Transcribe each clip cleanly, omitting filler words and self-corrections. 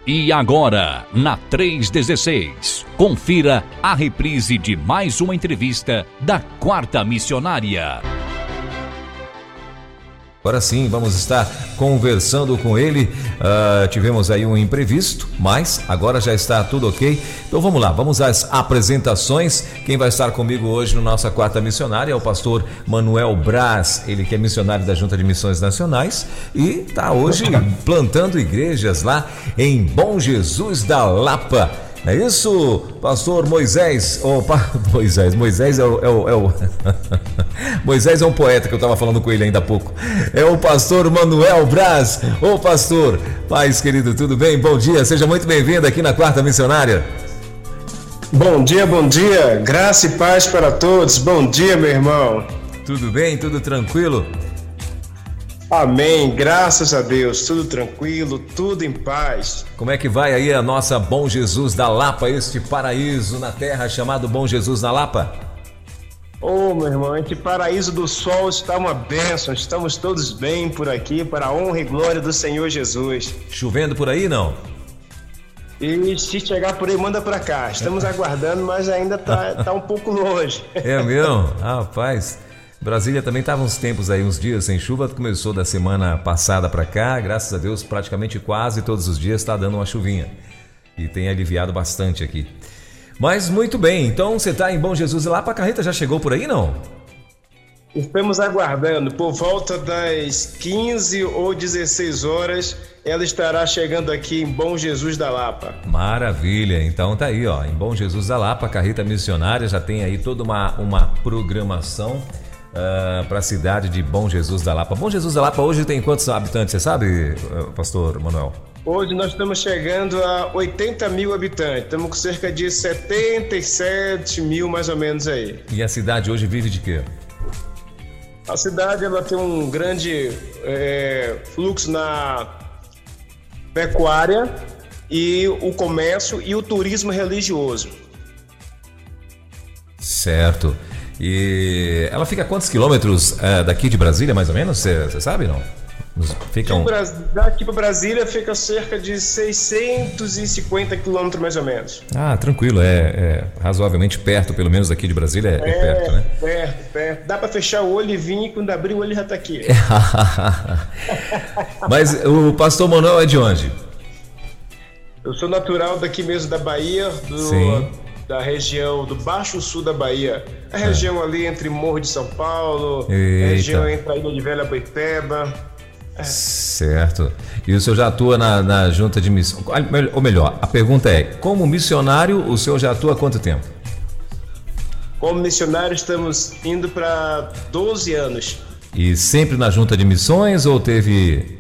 E agora, na 316, confira a reprise de mais uma entrevista da Quarta Missionária. Agora sim, vamos estar conversando com ele. Tivemos aí um imprevisto, mas agora já está tudo ok. Então vamos lá, vamos às apresentações. Quem vai estar comigo hoje no nossa Quarta Missionária é o pastor Manuel Braz, ele que é missionário da Junta de Missões Nacionais e está hoje plantando igrejas lá em Bom Jesus da Lapa. É isso, pastor Moisés? Moisés é o Moisés é um poeta que eu estava falando com ele ainda há pouco. É o pastor Manuel Braz. Ô pastor, paz querido, tudo bem? Bom dia, seja muito bem-vindo aqui na Quarta Missionária. Bom dia, graça e paz para todos. Bom dia, meu irmão. Tudo bem, tudo tranquilo? Amém, graças a Deus, tudo tranquilo, tudo em paz. Como é que vai aí a nossa Bom Jesus da Lapa, este paraíso na terra chamado Bom Jesus da Lapa? Meu irmão, este paraíso do sol está uma bênção, estamos todos bem por aqui, para a honra e glória do Senhor Jesus. Chovendo por aí, não? E se chegar por aí, manda para cá, estamos aguardando, mas ainda tá um pouco longe. É mesmo? Rapaz... Brasília também estava uns tempos aí, uns dias sem chuva, começou da semana passada para cá, graças a Deus praticamente quase todos os dias está dando uma chuvinha e tem aliviado bastante aqui. Mas muito bem, então você está em Bom Jesus e lá a carreta já chegou por aí, não? Estamos aguardando, por volta das 15 ou 16 horas ela estará chegando aqui em Bom Jesus da Lapa. Maravilha, então tá aí ó, em Bom Jesus da Lapa, a carreta missionária já tem aí toda uma programação para a cidade de Bom Jesus da Lapa. Bom Jesus da Lapa hoje tem quantos habitantes, você sabe, pastor Manuel? Hoje nós estamos chegando a 80 mil habitantes, estamos com cerca de 77 mil mais ou menos aí. E a cidade hoje vive de quê? A cidade ela tem um grande fluxo na pecuária e o comércio e o turismo religioso. Certo. E ela fica a quantos quilômetros daqui de Brasília, mais ou menos? Você sabe, não? Daqui para Brasília fica cerca de 650 quilômetros, mais ou menos. Tranquilo, é razoavelmente perto, pelo menos daqui de Brasília é perto, né? Perto. Dá para fechar o olho e vir, e quando abrir o olho já está aqui. Mas o pastor Manuel é de onde? Eu sou natural daqui mesmo da Bahia, da região do Baixo Sul da Bahia, a região ali entre Morro de São Paulo, a região entre a Ilha de Velha Boiteba. Certo. E o senhor já atua na Junta de Missões, ou melhor, a pergunta é, como missionário o senhor já atua há quanto tempo? Como missionário estamos indo para 12 anos. E sempre na Junta de Missões ou teve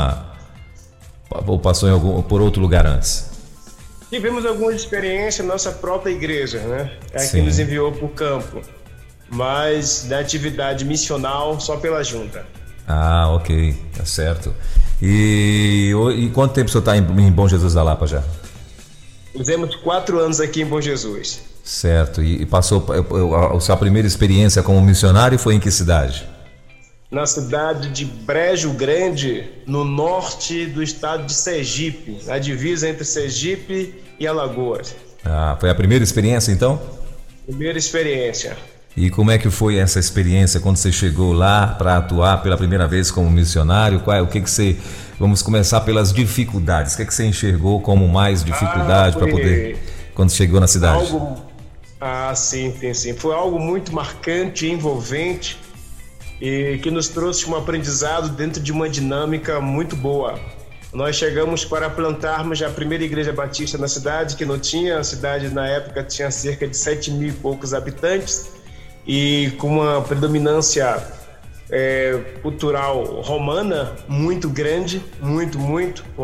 ou passou por outro lugar antes? Tivemos alguma experiência na nossa própria igreja, né? Que nos enviou para o campo, mas da atividade missional só pela junta. Ok, tá certo. E quanto tempo o senhor está em Bom Jesus da Lapa já? Fizemos 4 anos aqui em Bom Jesus. Certo, e passou a sua primeira experiência como missionário foi em que cidade? Na cidade de Brejo Grande, no norte do estado de Sergipe, na divisa entre Sergipe e Alagoas. Foi a primeira experiência então? Primeira experiência. E como é que foi essa experiência quando você chegou lá para atuar pela primeira vez como missionário? Vamos começar pelas dificuldades. O que você enxergou como mais dificuldade para poder, quando chegou na cidade? Sim. Foi algo muito marcante e envolvente, e que nos trouxe um aprendizado dentro de uma dinâmica muito boa. Nós chegamos para plantarmos a primeira igreja batista na cidade, que não tinha, a cidade na época tinha cerca de 7 mil e poucos habitantes, e com uma predominância cultural romana muito grande, muito, com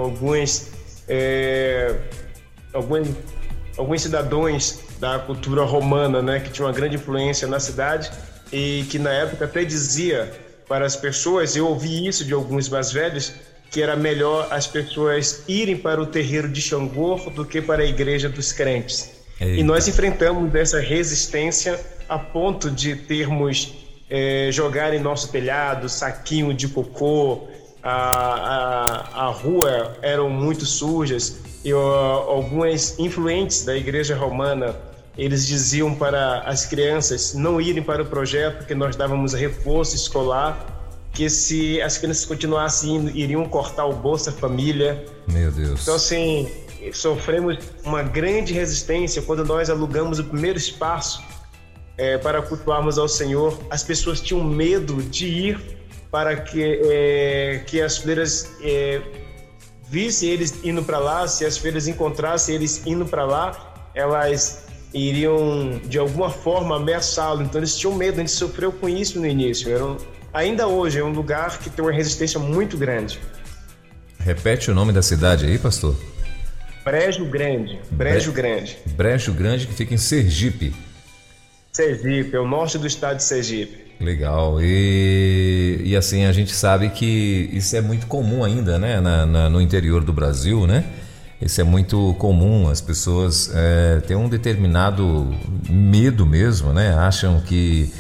alguns cidadãos da cultura romana, né, que tinham uma grande influência na cidade, e que na época até dizia para as pessoas, eu ouvi isso de alguns mais velhos, que era melhor as pessoas irem para o terreiro de Xangô do que para a igreja dos crentes. Eita. E nós enfrentamos essa resistência a ponto de termos jogar em nosso telhado saquinho de cocô a rua eram muito sujas e algumas influentes da igreja romana, eles diziam para as crianças não irem para o projeto, porque nós dávamos reforço escolar, que se as crianças continuassem indo, iriam cortar o Bolsa Família. Meu Deus. Então, assim, sofremos uma grande resistência quando nós alugamos o primeiro espaço para cultuarmos ao Senhor. As pessoas tinham medo de ir para que as freiras vissem eles indo para lá. Se as freiras encontrassem eles indo para lá, elas iriam de alguma forma ameaçá-lo. Então eles tinham medo. A gente sofreu com isso no início. Ainda hoje é um lugar que tem uma resistência muito grande. Repete o nome da cidade aí, pastor. Brejo Grande. Brejo Grande. Brejo Grande, que fica em Sergipe. Sergipe, é o norte do estado de Sergipe. Legal. E assim, a gente sabe que isso é muito comum ainda, né? No interior do Brasil, né? Isso é muito comum. As pessoas têm um determinado medo mesmo, né? Acham que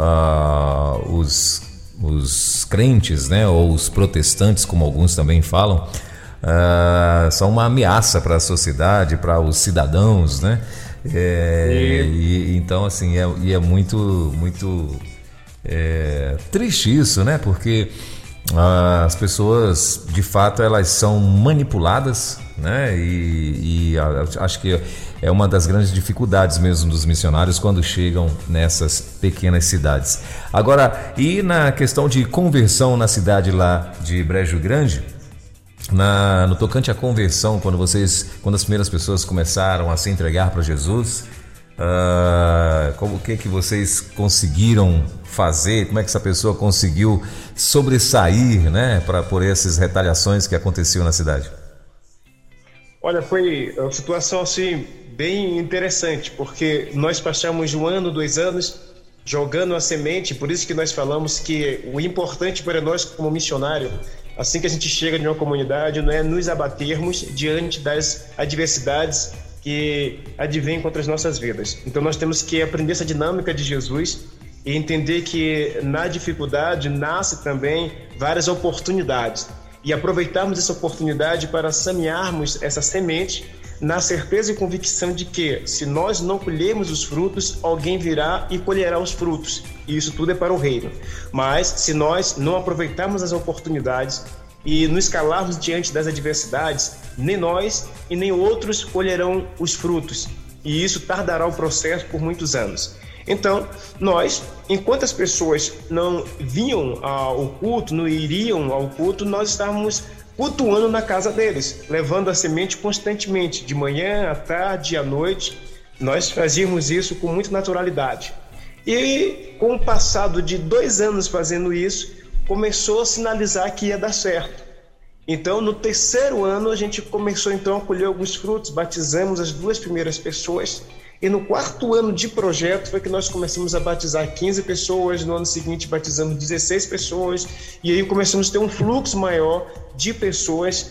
os crentes, né? Ou os protestantes, como alguns também falam, são uma ameaça para a sociedade, para os cidadãos, né? Então, assim, é muito triste isso, né? Porque as pessoas, de fato, elas são manipuladas, né? E acho que é uma das grandes dificuldades mesmo dos missionários quando chegam nessas pequenas cidades. Agora, e na questão de conversão na cidade lá de Brejo Grande, no tocante à conversão, quando as primeiras pessoas começaram a se entregar para Jesus, o que vocês conseguiram fazer? Como é que essa pessoa conseguiu sobressair, né, por essas retaliações que aconteciam na cidade? Olha, foi uma situação assim bem interessante, porque nós passamos 1 ano, 2 anos jogando a semente. Por isso que nós falamos que o importante para nós como missionário, assim que a gente chega em uma comunidade, não é nos abatermos diante das adversidades que advêm contra as nossas vidas. Então nós temos que aprender essa dinâmica de Jesus e entender que na dificuldade nasce também várias oportunidades, e aproveitarmos essa oportunidade para semearmos essa semente na certeza e convicção de que, se nós não colhermos os frutos, alguém virá e colherá os frutos, e isso tudo é para o reino. Mas se nós não aproveitarmos as oportunidades e nos calarmos diante das adversidades, nem nós e nem outros colherão os frutos, e isso tardará o processo por muitos anos. Então, nós, enquanto as pessoas não vinham ao culto, não iriam ao culto, nós estávamos cultuando na casa deles, levando a semente constantemente, de manhã, à tarde, à noite. Nós fazíamos isso com muita naturalidade. E com o passado de 2 anos fazendo isso, começou a sinalizar que ia dar certo. Então, no 3º ano, a gente começou então a colher alguns frutos, batizamos as 2 primeiras pessoas, e no 4º ano de projeto foi que nós começamos a batizar 15 pessoas, no ano seguinte batizamos 16 pessoas, e aí começamos a ter um fluxo maior de pessoas,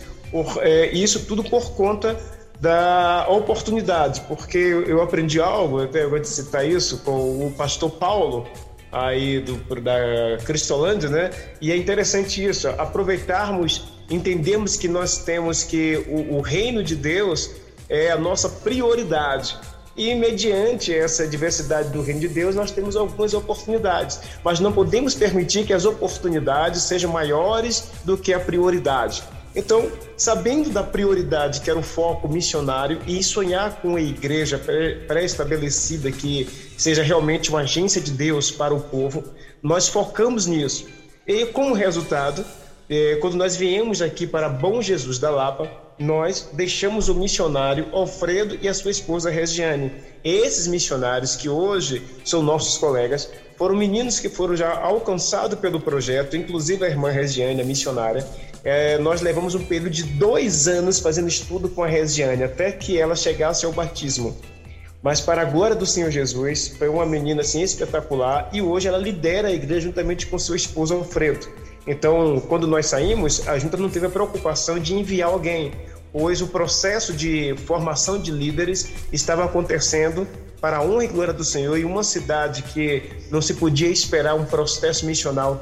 e isso tudo por conta da oportunidade, porque eu aprendi algo, eu até gosto de citar isso, com o pastor Paulo, aí da Cristolândia, né? E é interessante isso, aproveitarmos, entendemos que nós temos que o reino de Deus é a nossa prioridade. E mediante essa diversidade do reino de Deus, nós temos algumas oportunidades, mas não podemos permitir que as oportunidades sejam maiores do que a prioridade. Então, sabendo da prioridade que era o foco missionário e sonhar com a igreja pré-estabelecida que seja realmente uma agência de Deus para o povo, nós focamos nisso. E como resultado, quando nós viemos aqui para Bom Jesus da Lapa, nós deixamos o missionário Alfredo e a sua esposa Regiane. Esses missionários, que hoje são nossos colegas, foram meninos que foram já alcançados pelo projeto, inclusive a irmã Regiane, a missionária. Nós levamos um período de 2 anos fazendo estudo com a Regiane, até que ela chegasse ao batismo. Mas para a glória do Senhor Jesus, foi uma menina assim espetacular, e hoje ela lidera a igreja juntamente com seu esposo Alfredo. Então, quando nós saímos, a junta não teve a preocupação de enviar alguém, pois o processo de formação de líderes estava acontecendo para a honra e glória do Senhor, e uma cidade que não se podia esperar um processo missional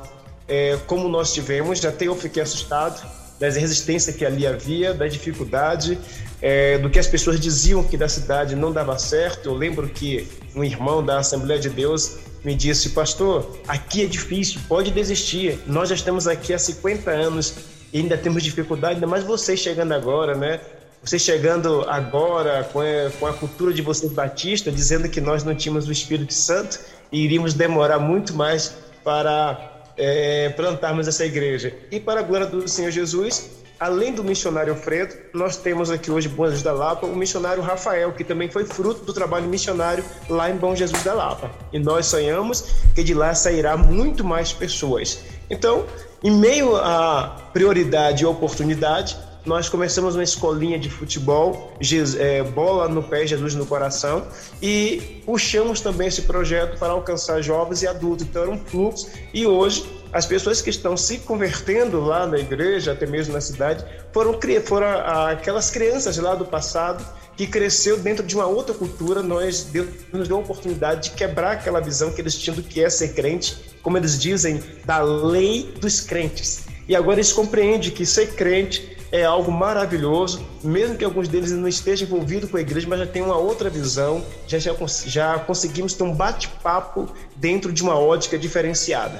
como nós tivemos. Até eu fiquei assustado das resistências que ali havia, da dificuldade, do que as pessoas diziam que da cidade não dava certo. Eu lembro que um irmão da Assembleia de Deus me disse: pastor, aqui é difícil, pode desistir, nós já estamos aqui há 50 anos e ainda temos dificuldade, ainda mais vocês chegando agora, né? Vocês chegando agora com a cultura de vocês batistas, dizendo que nós não tínhamos o Espírito Santo e iríamos demorar muito mais para plantarmos essa igreja. E para a glória do Senhor Jesus, além do missionário Alfredo, nós temos aqui hoje em Bom Jesus da Lapa o missionário Rafael, que também foi fruto do trabalho missionário lá em Bom Jesus da Lapa. E nós sonhamos que de lá sairá muito mais pessoas. Então, em meio à prioridade e oportunidade, nós começamos uma escolinha de futebol, bola no pé, Jesus no coração, e puxamos também esse projeto para alcançar jovens e adultos. Então era um fluxo, e hoje as pessoas que estão se convertendo lá na igreja, até mesmo na cidade, foram aquelas crianças lá do passado que cresceu dentro de uma outra cultura. Deus nos deu a oportunidade de quebrar aquela visão que eles tinham do que é ser crente, como eles dizem, da lei dos crentes. E agora eles compreendem que ser crente é algo maravilhoso, mesmo que alguns deles não estejam envolvidos com a igreja, mas já tem uma outra visão, já conseguimos ter um bate-papo dentro de uma ótica diferenciada.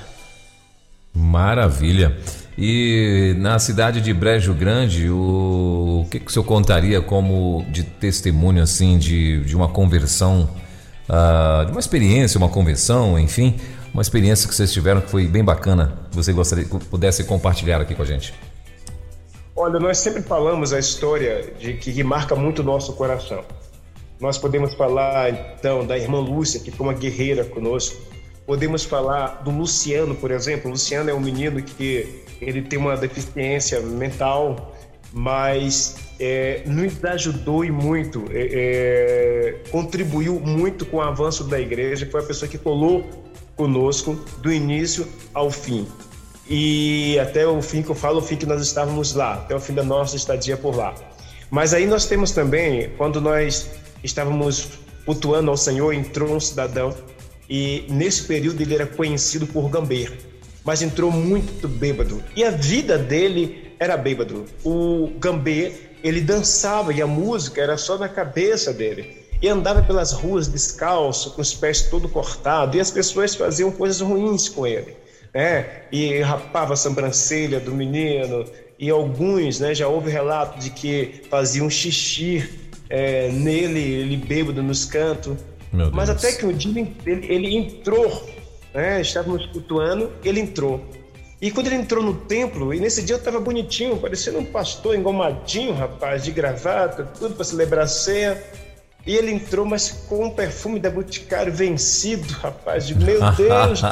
Maravilha. E na cidade de Brejo Grande, o que o senhor contaria como de testemunho assim de uma conversão, de uma experiência, uma conversão, enfim, uma experiência que vocês tiveram que foi bem bacana, você gostaria que pudesse compartilhar aqui com a gente? Olha, nós sempre falamos a história que marca muito o nosso coração. Nós podemos falar, então, da irmã Lúcia, que foi uma guerreira conosco. Podemos falar do Luciano, por exemplo. O Luciano é um menino que ele tem uma deficiência mental, mas nos ajudou e muito, contribuiu muito com o avanço da igreja. Foi a pessoa que colou conosco do início ao fim. E até o fim, que eu falo, o fim que nós estávamos lá, até o fim da nossa estadia por lá. Mas aí nós temos também, quando nós estávamos cultuando ao Senhor, entrou um cidadão, e nesse período ele era conhecido por gambeiro, mas entrou muito bêbado, e a vida dele era bêbado. O gambê, ele dançava e a música era só na cabeça dele, e andava pelas ruas descalço, com os pés todo cortados, e as pessoas faziam coisas ruins com ele. E rapava a sobrancelha do menino, e alguns, já houve relato de que faziam xixi nele, ele bêbado nos cantos. Mas até que um dia ele entrou, estávamos cultuando, ele entrou. E quando ele entrou no templo, e nesse dia eu estava bonitinho, parecendo um pastor engomadinho, rapaz, de gravata, tudo para celebrar a ceia. E ele entrou, mas com um perfume da Boticário vencido, rapaz, meu Deus.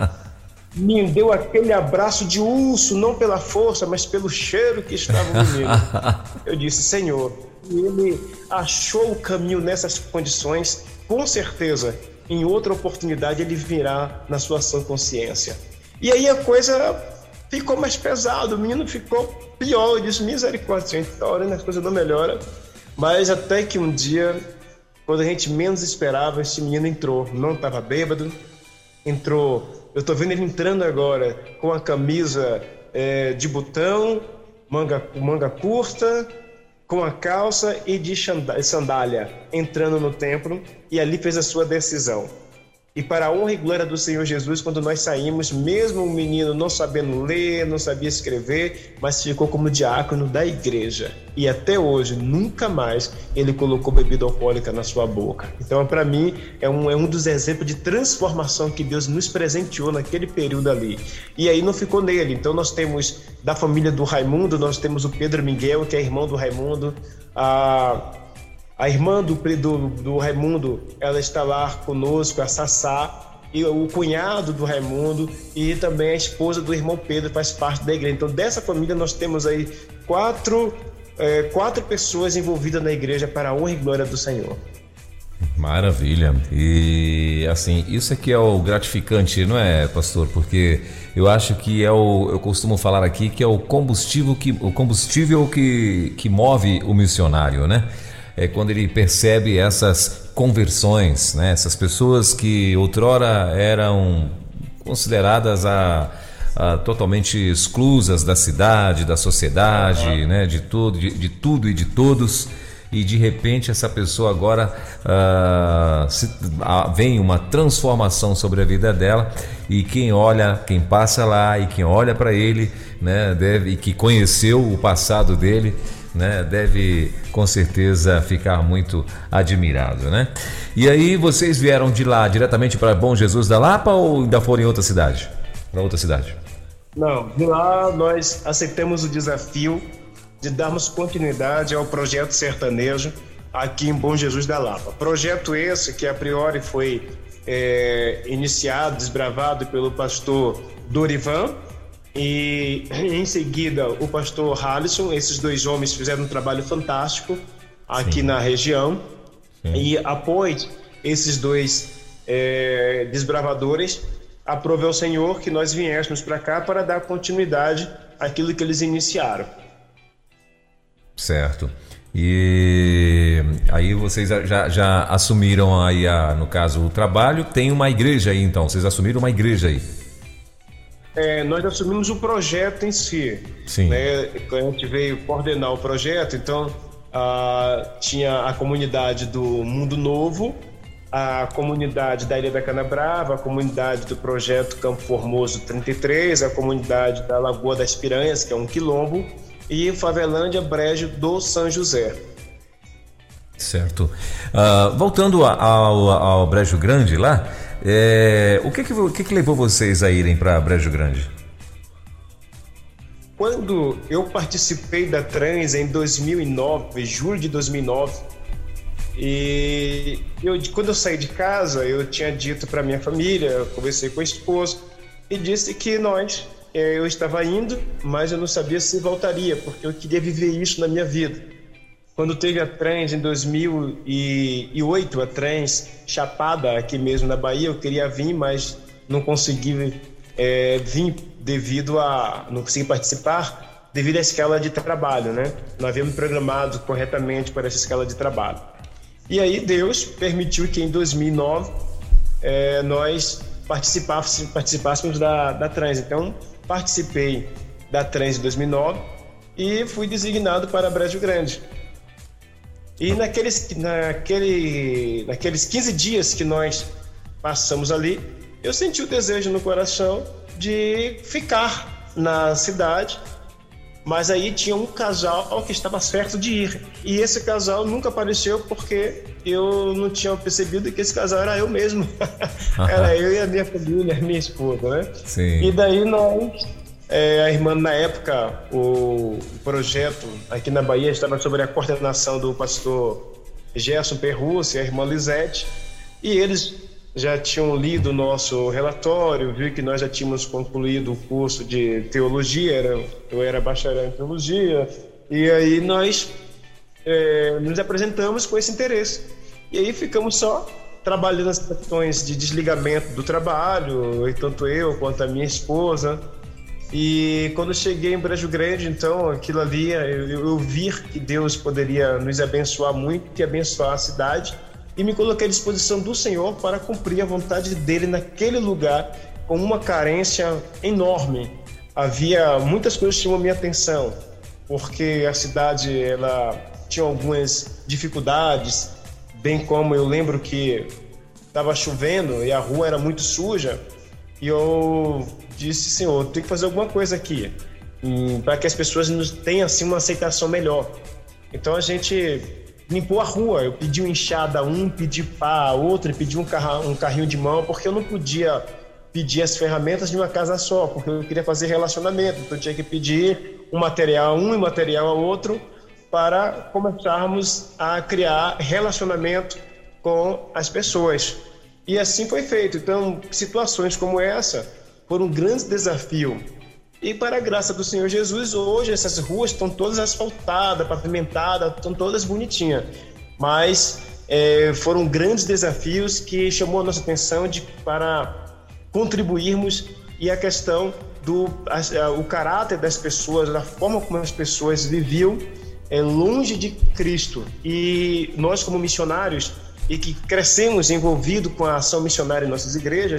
Me deu aquele abraço de urso, não pela força, mas pelo cheiro que estava o menino. Eu disse: Senhor, ele achou o caminho nessas condições, com certeza, em outra oportunidade ele virá na sua sã consciência. E aí a coisa ficou mais pesada, o menino ficou pior. Eu disse: misericórdia, a gente está orando, as coisas não melhoram. Mas até que um dia, quando a gente menos esperava, esse menino entrou, não estava bêbado, entrou. Eu tô vendo ele entrando agora com a camisa de botão, manga curta, com a calça e de sandália, entrando no templo, e ali fez a sua decisão. E para a honra e glória do Senhor Jesus, quando nós saímos, mesmo o menino não sabendo ler, não sabia escrever, mas ficou como diácono da igreja. E até hoje, nunca mais ele colocou bebida alcoólica na sua boca. Então, para mim, é um dos exemplos de transformação que Deus nos presenteou naquele período ali. E aí não ficou nele. Então, nós temos da família do Raimundo, nós temos o Pedro Miguel, que é irmão do Raimundo, a irmã do Raimundo, ela está lá conosco, a Sassá, e o cunhado do Raimundo, e também a esposa do irmão Pedro faz parte da igreja. Então, dessa família, nós temos aí quatro pessoas envolvidas na igreja para a honra e glória do Senhor. Maravilha. E assim, isso aqui é o gratificante, não é, pastor? Porque eu acho que eu costumo falar aqui que é o combustível que move o missionário, né? É quando ele percebe essas conversões, né? Essas pessoas que outrora eram consideradas totalmente exclusas da cidade, da sociedade, né, de tudo e de todos. E de repente essa pessoa agora vem uma transformação sobre a vida dela, e quem passa lá e quem olha para ele, né, e que conheceu o passado dele, né, deve com certeza ficar muito admirado, né? E aí, vocês vieram de lá diretamente para Bom Jesus da Lapa ou ainda foram em outra cidade? Para outra cidade? Não, de lá nós aceitamos o desafio de darmos continuidade ao projeto sertanejo aqui em Bom Jesus da Lapa. Projeto esse que a priori foi iniciado, desbravado pelo pastor Dorivan, e em seguida o pastor Halisson. Esses dois homens fizeram um trabalho fantástico aqui na região. E após esses dois desbravadores, aprove ao Senhor que nós viéssemos para cá para dar continuidade àquilo que eles iniciaram. Certo. E aí vocês já assumiram aí, no caso, o trabalho. Tem uma igreja aí, então. Vocês assumiram uma igreja aí. Nós assumimos o projeto em si. Sim. Né? Quando a gente veio coordenar o projeto, então tinha a comunidade do Mundo Novo, a comunidade da Ilha da Canabrava, a comunidade do projeto Campo Formoso 33, a comunidade da Lagoa das Piranhas, que é um quilombo, e Favelândia Brejo do São José. Certo. Voltando ao Brejo Grande lá, o que levou vocês a irem para Brejo Grande? Quando eu participei da Trans em 2009, julho de 2009, e quando eu saí de casa, eu tinha dito para minha família, eu conversei com a esposa e disse que eu estava indo, mas eu não sabia se voltaria, porque eu queria viver isso na minha vida. Quando teve a Trans em 2008, a Trans Chapada aqui mesmo na Bahia, eu queria vir, mas não consegui vir não consegui participar devido à escala de trabalho, né? Não havíamos programado corretamente para essa escala de trabalho. E aí Deus permitiu que em 2009 nós participássemos da Trans. Então, participei da Trans em 2009 e fui designado para Brejo Grande. E naqueles 15 dias que nós passamos ali, eu senti o desejo no coração de ficar na cidade, mas aí tinha um casal que estava certo de ir. E esse casal nunca apareceu porque eu não tinha percebido que esse casal era eu mesmo. Era eu e a minha família, a minha esposa, né? Sim. E daí a irmã, na época, o projeto aqui na Bahia estava sob a coordenação do pastor Gerson Perrucci e a irmã Lisete, e eles já tinham lido o nosso relatório, viu que nós já tínhamos concluído o curso de teologia, eu era bacharel em teologia, e aí nós nos apresentamos com esse interesse. E aí ficamos só trabalhando as questões de desligamento do trabalho, e tanto eu quanto a minha esposa. E quando cheguei em Brejo Grande, então, aquilo ali, eu vi que Deus poderia nos abençoar muito e abençoar a cidade, e me coloquei à disposição do Senhor para cumprir a vontade dele naquele lugar, com uma carência enorme. Havia muitas coisas que chamam a minha atenção, porque a cidade ela tinha algumas dificuldades, bem como eu lembro que estava chovendo e a rua era muito suja, e eu disse: Senhor, tem que fazer alguma coisa aqui para que as pessoas nos tenham assim uma aceitação melhor. Então a gente limpou a rua. Eu pedi uma enxada pedi pá outro, e pedi um carrinho de mão, porque eu não podia pedir as ferramentas de uma casa só, porque eu queria fazer relacionamento. Então eu tinha que pedir um material a um e material a outro para começarmos a criar relacionamento com as pessoas. E assim foi feito. Então, situações como essa foram um grande desafio. E para a graça do Senhor Jesus, hoje essas ruas estão todas asfaltadas, pavimentadas, estão todas bonitinhas. Mas foram grandes desafios que chamou a nossa atenção para contribuirmos, e a questão o caráter das pessoas, da forma como as pessoas viviam longe de Cristo. E nós, como missionários, e que crescemos envolvidos com a ação missionária em nossas igrejas,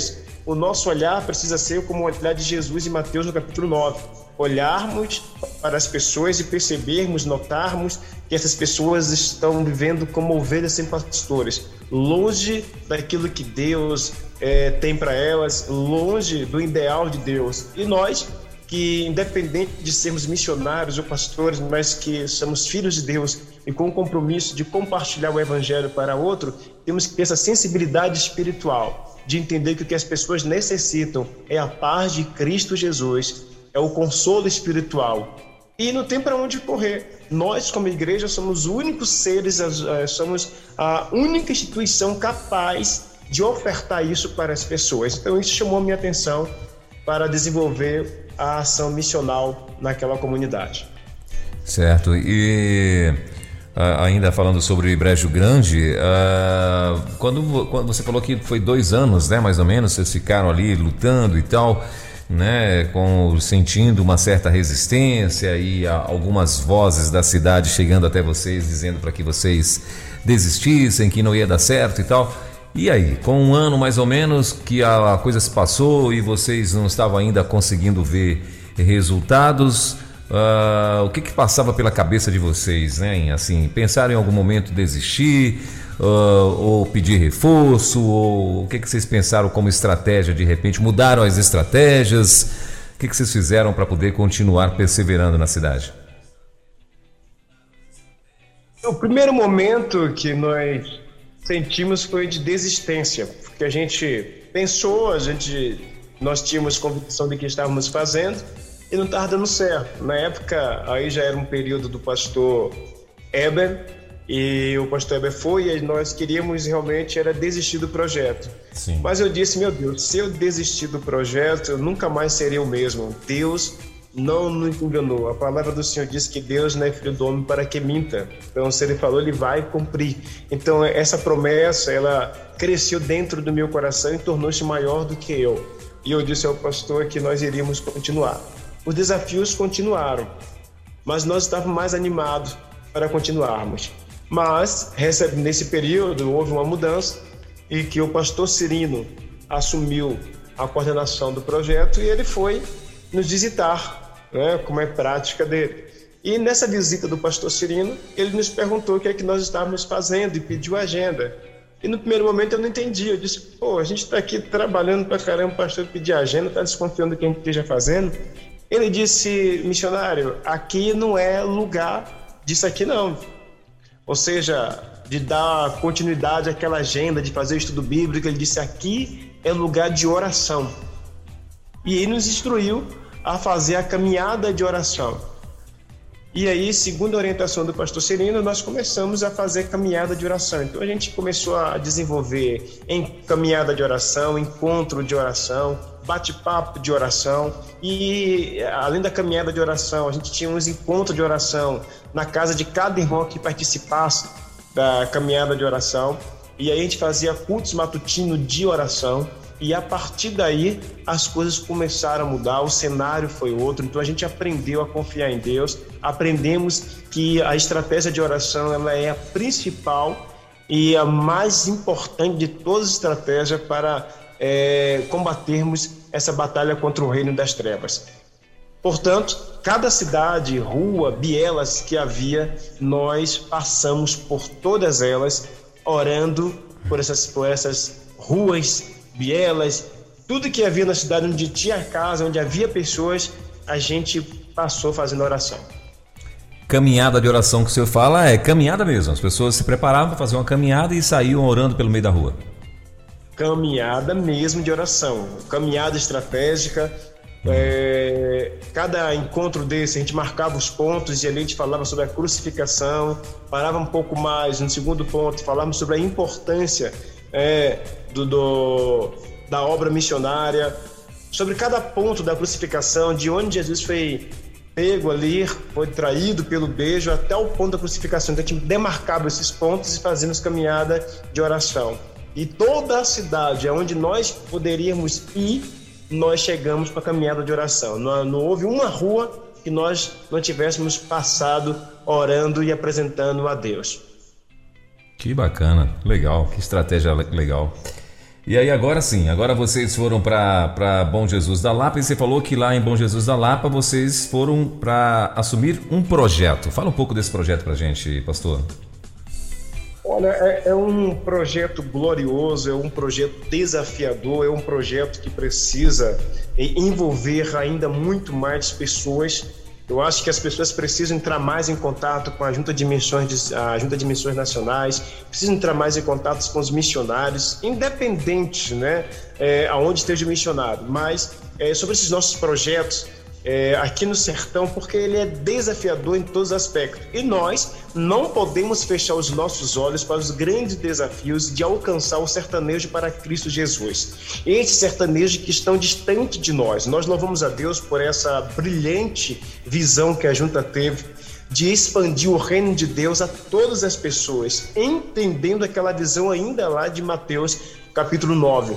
o nosso olhar precisa ser como o olhar de Jesus em Mateus no capítulo 9. Olharmos para as pessoas e percebermos, notarmos que essas pessoas estão vivendo como ovelhas sem pastores, longe daquilo que Deus tem para elas, longe do ideal de Deus. E nós, que independente de sermos missionários ou pastores, mas que somos filhos de Deus e com o compromisso de compartilhar o evangelho para outro, temos que ter essa sensibilidade espiritual de entender que o que as pessoas necessitam é a paz de Cristo Jesus, é o consolo espiritual. E não tem para onde correr. Nós, como igreja, somos os únicos seres, somos a única instituição capaz de ofertar isso para as pessoas. Então isso chamou a minha atenção para desenvolver a ação missional naquela comunidade. Certo. E ainda falando sobre Brejo Grande, quando você falou que foi 2 anos, né, mais ou menos, vocês ficaram ali lutando e tal, né, sentindo uma certa resistência e algumas vozes da cidade chegando até vocês dizendo para que vocês desistissem, que não ia dar certo e tal. E aí, com 1 ano mais ou menos que a coisa se passou e vocês não estavam ainda conseguindo ver resultados, o que passava pela cabeça de vocês, né? Assim, pensaram em algum momento desistir, ou pedir reforço, ou o que vocês pensaram como estratégia? De repente mudaram as estratégias? O que vocês fizeram para poder continuar perseverando na cidade? O primeiro momento que nós sentimos foi de desistência, porque a gente pensou, nós tínhamos convicção de que estávamos fazendo e não estava dando certo. Na época, aí já era um período do pastor Eber, e o pastor Eber foi, e nós queríamos realmente desistir do projeto. Sim. Mas eu disse, meu Deus, se eu desistir do projeto, eu nunca mais seria o mesmo. Deus não nos enganou. A palavra do Senhor diz que Deus não é filho do homem para que minta. Então, se Ele falou, Ele vai cumprir. Então, essa promessa, ela cresceu dentro do meu coração e tornou-se maior do que eu. E eu disse ao pastor que nós iríamos continuar. Os desafios continuaram, mas nós estávamos mais animados para continuarmos. Mas, nesse período, houve uma mudança e que o pastor Cirino assumiu a coordenação do projeto e ele foi nos visitar, né, como é prática dele. E nessa visita do pastor Cirino, ele nos perguntou o que é que nós estávamos fazendo e pediu agenda. E no primeiro momento eu não entendi, eu disse, a gente está aqui trabalhando pra caramba, o pastor pedir agenda, está desconfiando do que a gente esteja fazendo. Ele disse, missionário, aqui não é lugar disso aqui não. Ou seja, de dar continuidade àquela agenda, de fazer o estudo bíblico, ele disse, aqui é lugar de oração. E ele nos instruiu a fazer a caminhada de oração. E aí, segundo a orientação do pastor Cirino, nós começamos a fazer caminhada de oração. Então a gente começou a desenvolver em caminhada de oração, encontro de oração, bate-papo de oração. E além da caminhada de oração, a gente tinha uns encontros de oração na casa de cada irmão que participasse da caminhada de oração. E aí a gente fazia cultos matutinos de oração. E a partir daí as coisas começaram a mudar, o cenário foi outro, então a gente aprendeu a confiar em Deus, aprendemos que a estratégia de oração ela é a principal e a mais importante de todas as estratégias para combatermos essa batalha contra o reino das trevas. Portanto, cada cidade, rua, bielas que havia, nós passamos por todas elas, orando por essas ruas, bielas, tudo que havia na cidade onde tinha casa, onde havia pessoas, a gente passou fazendo oração. Caminhada de oração que o senhor fala é caminhada mesmo, as pessoas se preparavam para fazer uma caminhada e saíam orando pelo meio da rua. Caminhada mesmo de oração, caminhada estratégica. Cada encontro desse a gente marcava os pontos e ali a gente falava sobre a crucificação, parava um pouco mais no segundo ponto, falávamos sobre a importância da obra missionária, sobre cada ponto da crucificação, de onde Jesus foi pego ali, foi traído pelo beijo até o ponto da crucificação. Então a gente demarcava esses pontos e fazíamos caminhada de oração. E toda a cidade onde nós poderíamos ir, nós chegamos para a caminhada de oração. Não houve uma rua que nós não tivéssemos passado orando e apresentando a Deus. Que bacana, legal, que estratégia legal. E aí agora sim, agora vocês foram para Bom Jesus da Lapa, e você falou que lá em Bom Jesus da Lapa vocês foram para assumir um projeto. Fala um pouco desse projeto pra gente, pastor. Olha, é um projeto glorioso, é um projeto desafiador, é um projeto que precisa envolver ainda muito mais pessoas. Eu acho que as pessoas precisam entrar mais em contato com a Junta de Missões Nacionais, precisam entrar mais em contato com os missionários, independente, né, aonde esteja o missionário, mas sobre esses nossos projetos aqui no sertão, porque ele é desafiador em todos os aspectos. E nós não podemos fechar os nossos olhos para os grandes desafios de alcançar o sertanejo para Cristo Jesus. Esses sertanejos que estão distantes de nós. Nós louvamos a Deus por essa brilhante visão que a Junta teve de expandir o reino de Deus a todas as pessoas, entendendo aquela visão ainda lá de Mateus capítulo 9.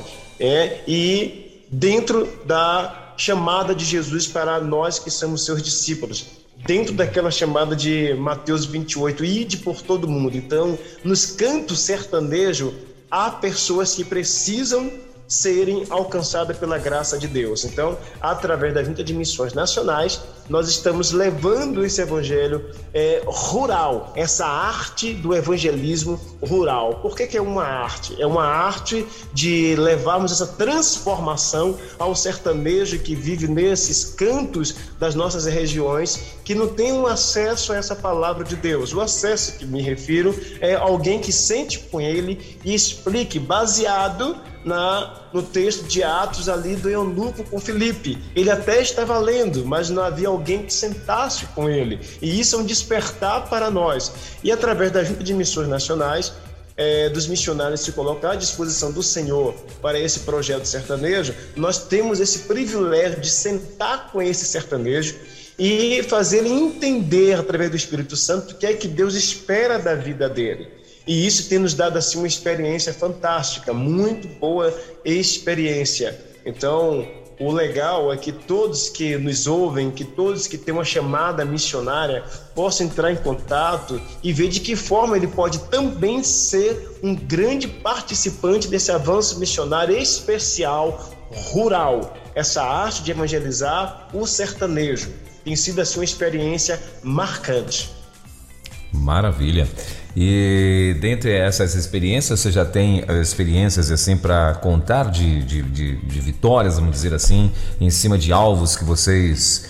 E dentro da chamada de Jesus para nós que somos seus discípulos, dentro daquela chamada de Mateus 28, ide por todo mundo. Então, nos cantos sertanejos, há pessoas que precisam serem alcançadas pela graça de Deus. Então, através da Junta de Missões Nacionais, nós estamos levando esse evangelho rural, essa arte do evangelismo rural. Por que é uma arte? É uma arte de levarmos essa transformação ao sertanejo que vive nesses cantos das nossas regiões, que não tem um acesso a essa palavra de Deus. O acesso que me refiro é alguém que sente com ele e explique, baseado no texto de Atos ali do eunuco com Filipe. Ele até estava lendo, mas não havia alguém que sentasse com ele. E isso é um despertar para nós. E através da Junta de Missões Nacionais, dos missionários se colocar à disposição do Senhor para esse projeto sertanejo, nós temos esse privilégio de sentar com esse sertanejo e fazer ele entender, através do Espírito Santo, o que é que Deus espera da vida dele. E isso tem nos dado assim uma experiência fantástica, muito boa experiência. Então, o legal é que todos que nos ouvem, que todos que têm uma chamada missionária possam entrar em contato e ver de que forma ele pode também ser um grande participante desse avanço missionário especial rural. Essa arte de evangelizar o sertanejo tem sido assim uma experiência marcante. Maravilha. E dentre essas experiências, você já tem experiências assim para contar de vitórias, vamos dizer assim, em cima de alvos que vocês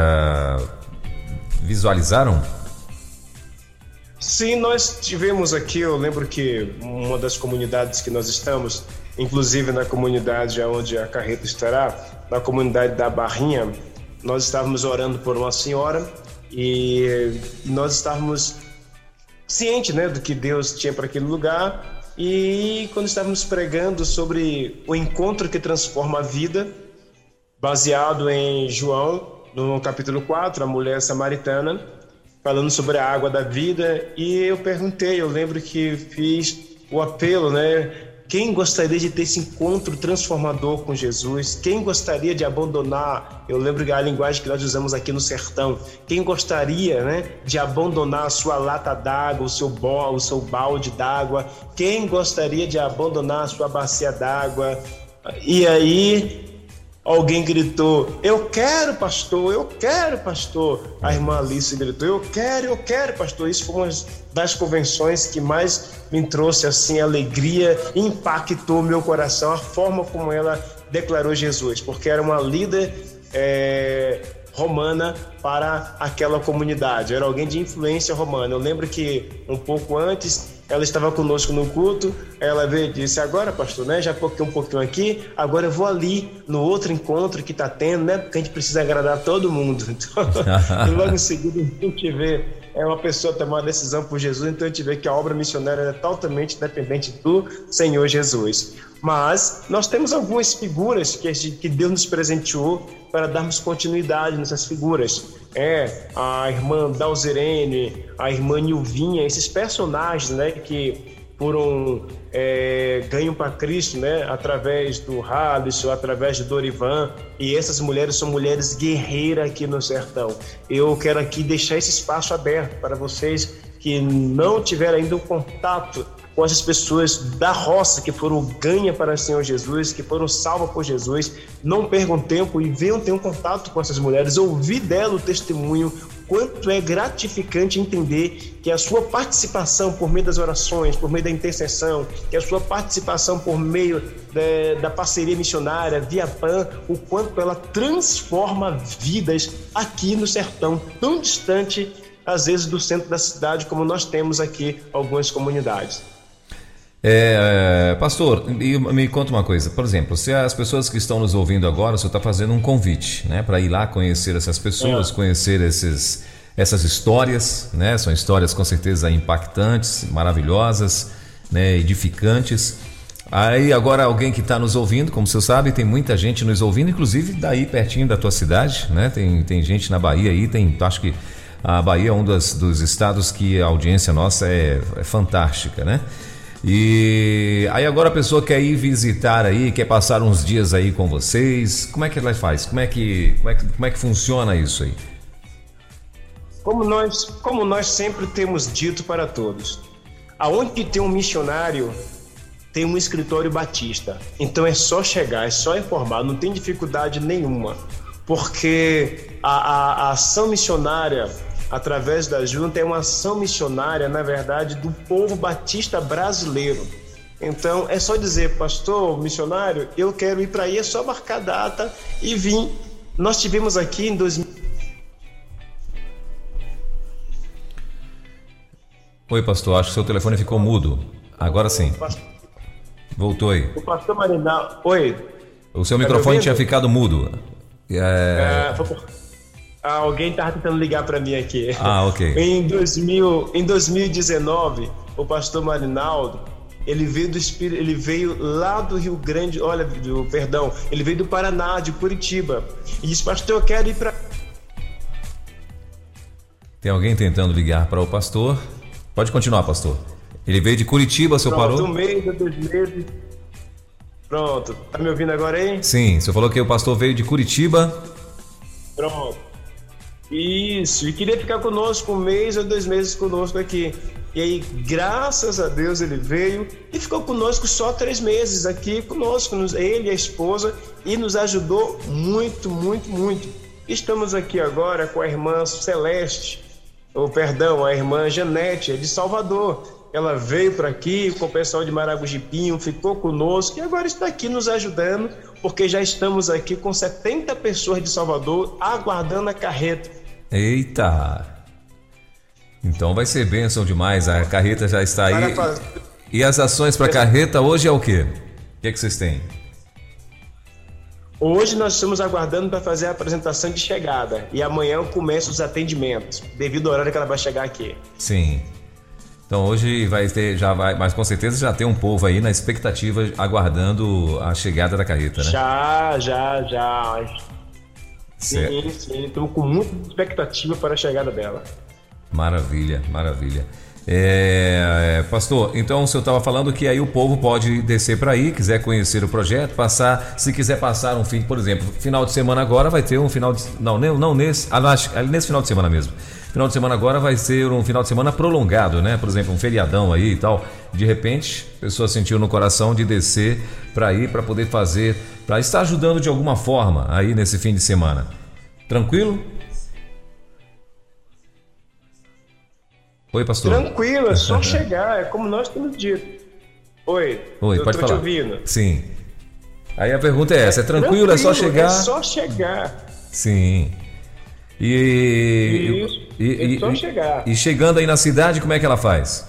visualizaram? Sim, nós tivemos aqui, eu lembro que uma das comunidades que nós estamos, inclusive na comunidade onde a carreta estará, na comunidade da Barrinha, nós estávamos orando por uma senhora e nós estávamos ciente, né, do que Deus tinha para aquele lugar, e quando estávamos pregando sobre o encontro que transforma a vida, baseado em João, no capítulo 4, a mulher samaritana, falando sobre a água da vida, e eu perguntei, eu lembro que fiz o apelo, né, quem gostaria de ter esse encontro transformador com Jesus? Quem gostaria de abandonar? Eu lembro que a linguagem que nós usamos aqui no sertão. Quem gostaria, né, de abandonar a sua lata d'água, o seu balde d'água? Quem gostaria de abandonar a sua bacia d'água? E aí alguém gritou, eu quero, pastor, eu quero, pastor. A irmã Alice gritou, eu quero, pastor. Isso foi uma das convenções que mais me trouxe assim alegria e impactou meu coração, a forma como ela declarou Jesus, porque era uma líder romana para aquela comunidade, era alguém de influência romana. Eu lembro que um pouco antes ela estava conosco no culto, ela veio e disse, agora pastor, né, já foquei um pouquinho aqui, agora eu vou ali no outro encontro que está tendo, né, porque a gente precisa agradar todo mundo. Então, e logo em seguida a gente vê uma pessoa tomar uma decisão por Jesus, então a gente vê que a obra missionária é totalmente dependente do Senhor Jesus. Mas nós temos algumas figuras que Deus nos presenteou para darmos continuidade nessas figuras. A irmã Dalzirene, a irmã Nilvinha, esses personagens, né, que foram ganham para Cristo, né, através do Halisson, através de Dorivan, e essas mulheres são mulheres guerreiras aqui no sertão. Eu quero aqui deixar esse espaço aberto para vocês que não tiveram ainda um contato com essas pessoas da roça que foram ganha para o Senhor Jesus, que foram salvas por Jesus. Não percam tempo e venham ter um contato com essas mulheres, ouvir dela o testemunho, quanto é gratificante entender que a sua participação por meio das orações, por meio da intercessão, que a sua participação por meio da parceria missionária, via PAN, o quanto ela transforma vidas aqui no sertão, tão distante, às vezes, do centro da cidade, como nós temos aqui algumas comunidades. Pastor, me conta uma coisa, por exemplo, se as pessoas que estão nos ouvindo agora, o senhor está fazendo um convite, né, para ir lá conhecer essas pessoas, conhecer essas histórias, né, são histórias com certeza impactantes, maravilhosas, né, edificantes. Aí agora alguém que está nos ouvindo, como você sabe, tem muita gente nos ouvindo, inclusive daí pertinho da tua cidade, né, tem gente na Bahia aí, acho que a Bahia é um dos estados que a audiência nossa é fantástica, né? E aí agora a pessoa quer ir visitar aí, quer passar uns dias aí com vocês, como é que ela faz? Como é que funciona isso aí? Como nós sempre temos dito para todos, aonde tem um missionário, tem um escritório batista. Então é só chegar, é só informar, não tem dificuldade nenhuma, porque a ação missionária através da junta é uma ação missionária, na verdade, do povo batista brasileiro. Então é só dizer, pastor, missionário, eu quero ir para aí, é só marcar a data e vir. Nós tivemos aqui em 2000. Oi, pastor, acho que seu telefone ficou mudo. Agora sim. Voltou aí. O pastor Marinal. Oi. O seu microfone tinha ficado mudo. Alguém estava tentando ligar para mim aqui. Ok. Em 2019, o pastor Marinaldo, ele veio lá do Rio Grande, ele veio do Paraná, de Curitiba, e disse, pastor, eu quero ir para... Tem alguém tentando ligar para o pastor? Pode continuar, pastor. Ele veio de Curitiba, o senhor parou? Um mês, 2 meses. Pronto, tá me ouvindo agora aí? Sim, o senhor falou que o pastor veio de Curitiba. Pronto. Isso, e queria ficar conosco 1 mês ou 2 meses conosco aqui. E aí, graças a Deus, ele veio e ficou conosco só 3 meses aqui conosco, ele e a esposa, e nos ajudou muito, muito, muito. Estamos aqui agora com a irmã Celeste, a irmã Janete, de Salvador. Ela veio para aqui com o pessoal de Maragogi-Pinho, ficou conosco e agora está aqui nos ajudando, porque já estamos aqui com 70 pessoas de Salvador aguardando a carreta. Eita! Então vai ser bênção demais, a carreta já está aí. E as ações para a carreta hoje é o quê? O que vocês têm? Hoje nós estamos aguardando para fazer a apresentação de chegada e amanhã começam os atendimentos, devido ao horário que ela vai chegar aqui. Sim. Então hoje mas com certeza já tem um povo aí na expectativa, aguardando a chegada da carreta, né? Já. Certo. Sim, estamos com muita expectativa para a chegada dela. Maravilha. Pastor, então o senhor estava falando que aí o povo pode descer para aí, quiser conhecer o projeto, se quiser passar um fim, por exemplo, final de semana agora vai ter um final de... nesse final de semana mesmo. Final de semana agora vai ser um final de semana prolongado, né? Por exemplo, um feriadão aí e tal. De repente, a pessoa sentiu no coração de descer para ir, para poder fazer, para estar ajudando de alguma forma aí nesse fim de semana. Tranquilo? Oi, pastor. Tranquilo, é só chegar, é como nós temos dito. Oi, pode falar. Estou te ouvindo. Sim. Aí a pergunta é essa, é tranquilo, é só chegar? É só chegar. Sim. É só chegar. E chegando aí na cidade, como é que ela faz?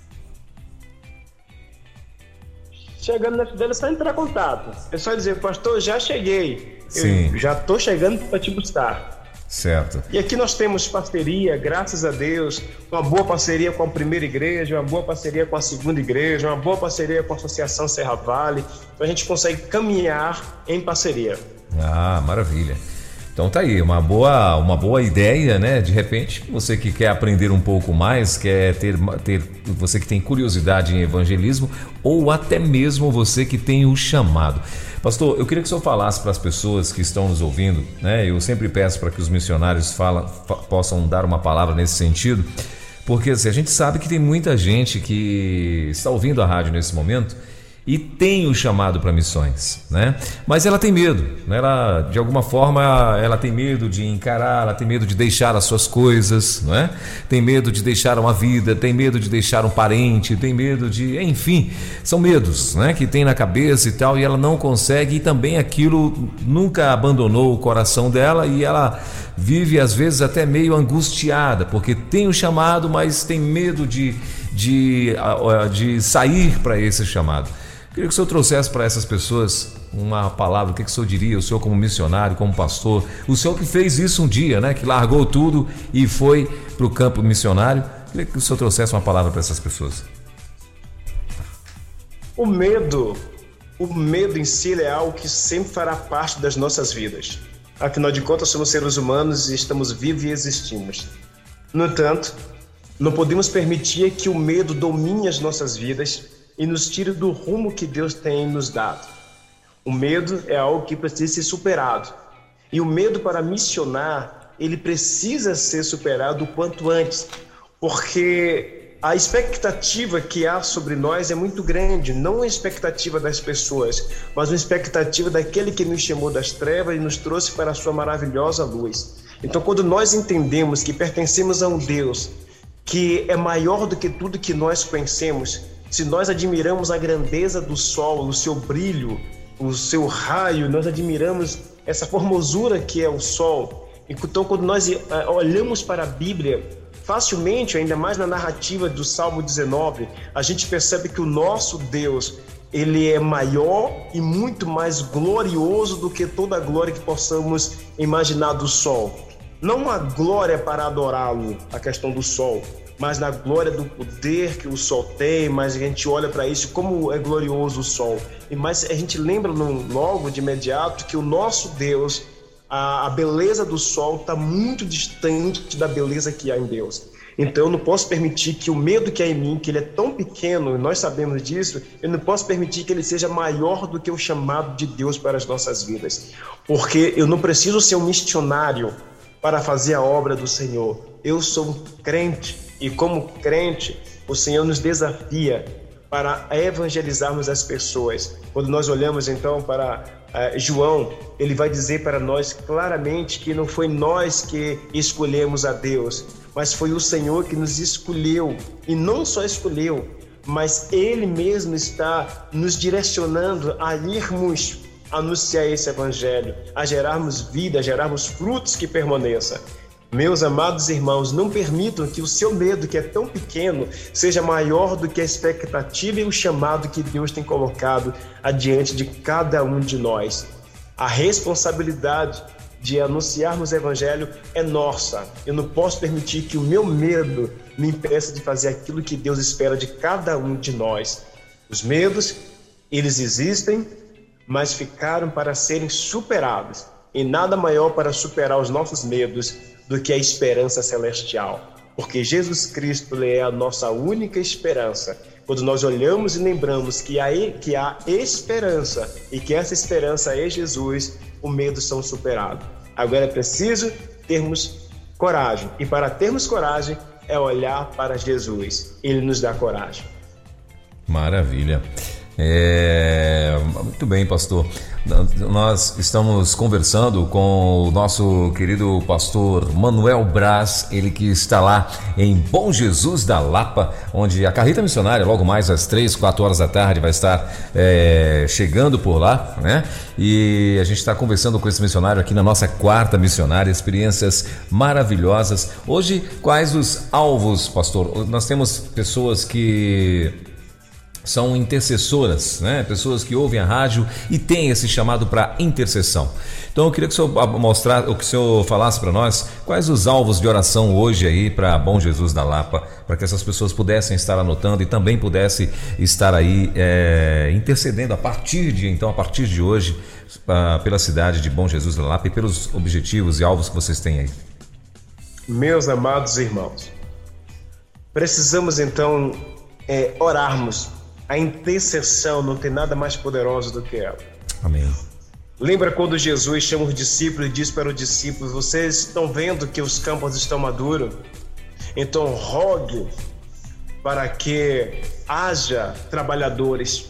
Chegando na cidade é só entrar em contato. É só dizer, pastor, já cheguei. Sim. Eu já estou chegando para te buscar. Certo. E aqui nós temos parceria, graças a Deus, uma boa parceria com a primeira igreja, uma boa parceria com a segunda igreja, uma boa parceria com a Associação Serra Vale. Então a gente consegue caminhar em parceria. Maravilha. Então tá aí, uma boa ideia, né? De repente, você que quer aprender um pouco mais, quer ter você que tem curiosidade em evangelismo, ou até mesmo você que tem o chamado. Pastor, eu queria que o senhor falasse para as pessoas que estão nos ouvindo, né? Eu sempre peço para que os missionários possam dar uma palavra nesse sentido, Porque assim, a gente sabe que tem muita gente que está ouvindo a rádio nesse momento e tem o chamado para missões, né? Mas ela tem medo, né? Ela, de alguma forma, ela tem medo de encarar, ela tem medo de deixar as suas coisas, não é? Tem medo de deixar uma vida, tem medo de deixar um parente, tem medo de... Enfim, são medos, né? Que tem na cabeça e tal, e ela não consegue, e também aquilo nunca abandonou o coração dela, e ela vive, às vezes, até meio angustiada, porque tem o chamado, mas tem medo de sair para esse chamado. Queria que o senhor trouxesse para essas pessoas uma palavra, o que o senhor diria, o senhor como missionário, como pastor, o senhor que fez isso um dia, né? Que largou tudo e foi para o campo missionário. Queria que o senhor trouxesse uma palavra para essas pessoas. O medo em si é algo que sempre fará parte das nossas vidas. Afinal de contas, somos seres humanos e estamos vivos e existimos. No entanto, não podemos permitir que o medo domine as nossas vidas e nos tire do rumo que Deus tem nos dado. O medo é algo que precisa ser superado. E o medo para missionar, ele precisa ser superado o quanto antes, porque a expectativa que há sobre nós é muito grande, não a expectativa das pessoas, mas a expectativa daquele que nos chamou das trevas e nos trouxe para a sua maravilhosa luz. Então, quando nós entendemos que pertencemos a um Deus que é maior do que tudo que nós conhecemos, se nós admiramos a grandeza do sol, o seu brilho, o seu raio, nós admiramos essa formosura que é o sol. Então, quando nós olhamos para a Bíblia, facilmente, ainda mais na narrativa do Salmo 19, a gente percebe que o nosso Deus, ele é maior e muito mais glorioso do que toda a glória que possamos imaginar do sol. Não a glória para adorá-lo, a questão do sol, mas na glória do poder que o sol tem, mas a gente olha para isso, como é glorioso o sol. Mas a gente lembra logo de imediato que o nosso Deus, a beleza do sol está muito distante da beleza que há em Deus. Então eu não posso permitir que o medo que há em mim, que ele é tão pequeno, nós sabemos disso, eu não posso permitir que ele seja maior do que o chamado de Deus para as nossas vidas. Porque eu não preciso ser um missionário para fazer a obra do Senhor. Eu sou um crente. E como crente, o Senhor nos desafia para evangelizarmos as pessoas. Quando nós olhamos então para João, ele vai dizer para nós claramente que não foi nós que escolhemos a Deus, mas foi o Senhor que nos escolheu. E não só escolheu, mas Ele mesmo está nos direcionando a irmos anunciar esse evangelho, a gerarmos vida, a gerarmos frutos que permaneçam. Meus amados irmãos, não permitam que o seu medo, que é tão pequeno, seja maior do que a expectativa e o chamado que Deus tem colocado adiante de cada um de nós. A responsabilidade de anunciarmos o evangelho é nossa. Eu não posso permitir que o meu medo me impeça de fazer aquilo que Deus espera de cada um de nós. Os medos, eles existem, mas ficaram para serem superados. E nada maior para superar os nossos medos do que a esperança celestial, porque Jesus Cristo é a nossa única esperança. Quando nós olhamos e lembramos que há esperança e que essa esperança é Jesus, o medo são superados. Agora é preciso termos coragem, e para termos coragem é olhar para Jesus. Ele nos dá coragem. Maravilha. Muito bem, pastor. Nós estamos conversando com o nosso querido pastor Manuel Braz, ele que está lá em Bom Jesus da Lapa, onde a carreta missionária logo mais às 3, 4 horas da tarde vai estar chegando por lá, né? E a gente está conversando com esse missionário aqui na nossa quarta missionária, experiências maravilhosas. Hoje, quais os alvos, pastor? Nós temos pessoas que são intercessoras, né? Pessoas que ouvem a rádio e têm esse chamado para intercessão. Então eu queria que o senhor falasse para nós quais os alvos de oração hoje aí para Bom Jesus da Lapa, para que essas pessoas pudessem estar anotando e também pudessem estar aí intercedendo a partir de hoje pela cidade de Bom Jesus da Lapa e pelos objetivos e alvos que vocês têm aí. Meus amados irmãos, precisamos então orarmos. A intercessão não tem nada mais poderoso do que ela. Amém. Lembra quando Jesus chama os discípulos e diz para os discípulos: vocês estão vendo que os campos estão maduros? Então rogue para que haja trabalhadores.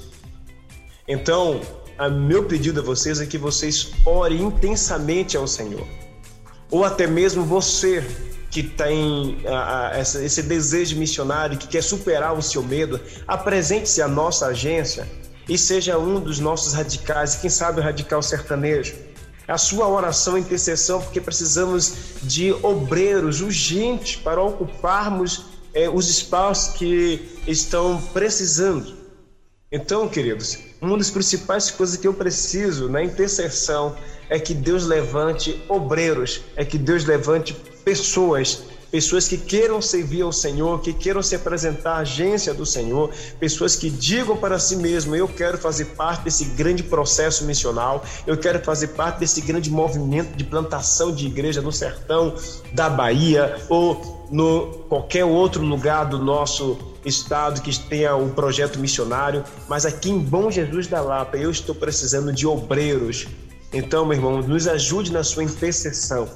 Então, meu pedido a vocês é que vocês orem intensamente ao Senhor. Ou até mesmo você que tem esse desejo missionário, que quer superar o seu medo, apresente-se à nossa agência e seja um dos nossos radicais, quem sabe o radical sertanejo. A sua oração e intercessão, porque precisamos de obreiros urgentes para ocuparmos os espaços que estão precisando. Então, queridos, uma das principais coisas que eu preciso na intercessão é que Deus levante obreiros, é que Deus levante pessoas que queiram servir ao Senhor, que queiram se apresentar à agência do Senhor, pessoas que digam para si mesmo: eu quero fazer parte desse grande processo missional, eu quero fazer parte desse grande movimento de plantação de igreja no sertão da Bahia ou no qualquer outro lugar do nosso estado que tenha um projeto missionário, mas aqui em Bom Jesus da Lapa eu estou precisando de obreiros. Então, meu irmão, nos ajude na sua intercessão.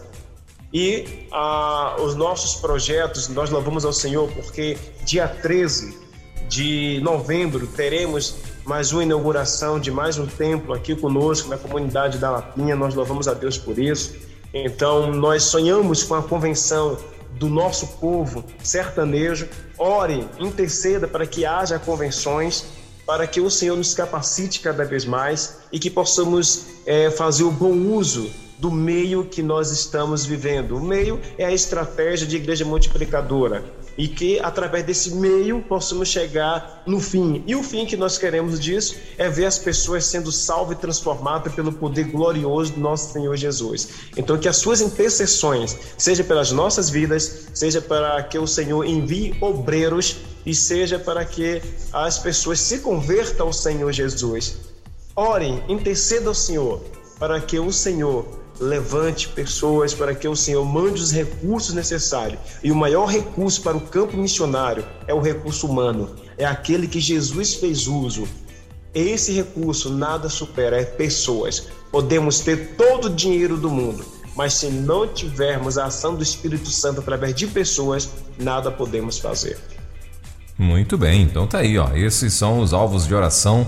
E os nossos projetos, nós louvamos ao Senhor porque dia 13 de novembro teremos mais uma inauguração de mais um templo aqui conosco na comunidade da Lapinha. Nós louvamos a Deus por isso. Então nós sonhamos com a convenção do nosso povo sertanejo. Ore, interceda para que haja convenções, para que o Senhor nos capacite cada vez mais e que possamos fazer o bom uso do meio que nós estamos vivendo. O meio é a estratégia de igreja multiplicadora e que através desse meio possamos chegar no fim. E o fim que nós queremos disso é ver as pessoas sendo salvas e transformadas pelo poder glorioso do nosso Senhor Jesus. Então que as suas intercessões, seja pelas nossas vidas, seja para que o Senhor envie obreiros e seja para que as pessoas se convertam ao Senhor Jesus. Orem, intercedam ao Senhor para que o Senhor levante pessoas, para que o Senhor mande os recursos necessários. E o maior recurso para o campo missionário é o recurso humano, é aquele que Jesus fez uso. Esse recurso nada supera, é pessoas. Podemos ter todo o dinheiro do mundo, mas se não tivermos a ação do Espírito Santo através de pessoas, nada podemos fazer. Muito bem, então tá aí, ó. Esses são os alvos de oração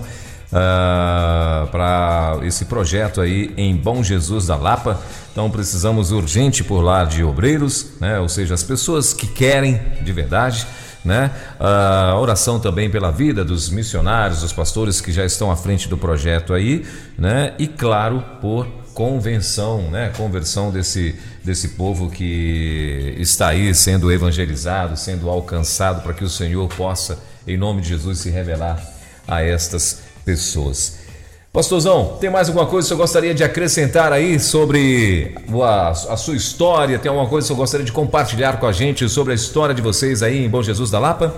para esse projeto aí em Bom Jesus da Lapa. Então precisamos urgente por lá de obreiros, né? Ou seja, as pessoas que querem de verdade, né? A oração também pela vida dos missionários, dos pastores que já estão à frente do projeto aí, né? E claro, por convenção, né? Conversão desse povo que está aí sendo evangelizado, sendo alcançado, para que o Senhor possa, em nome de Jesus, se revelar a estas pessoas. Pastorzão, tem mais alguma coisa que você gostaria de acrescentar aí sobre a sua história? Tem alguma coisa que você gostaria de compartilhar com a gente sobre a história de vocês aí em Bom Jesus da Lapa?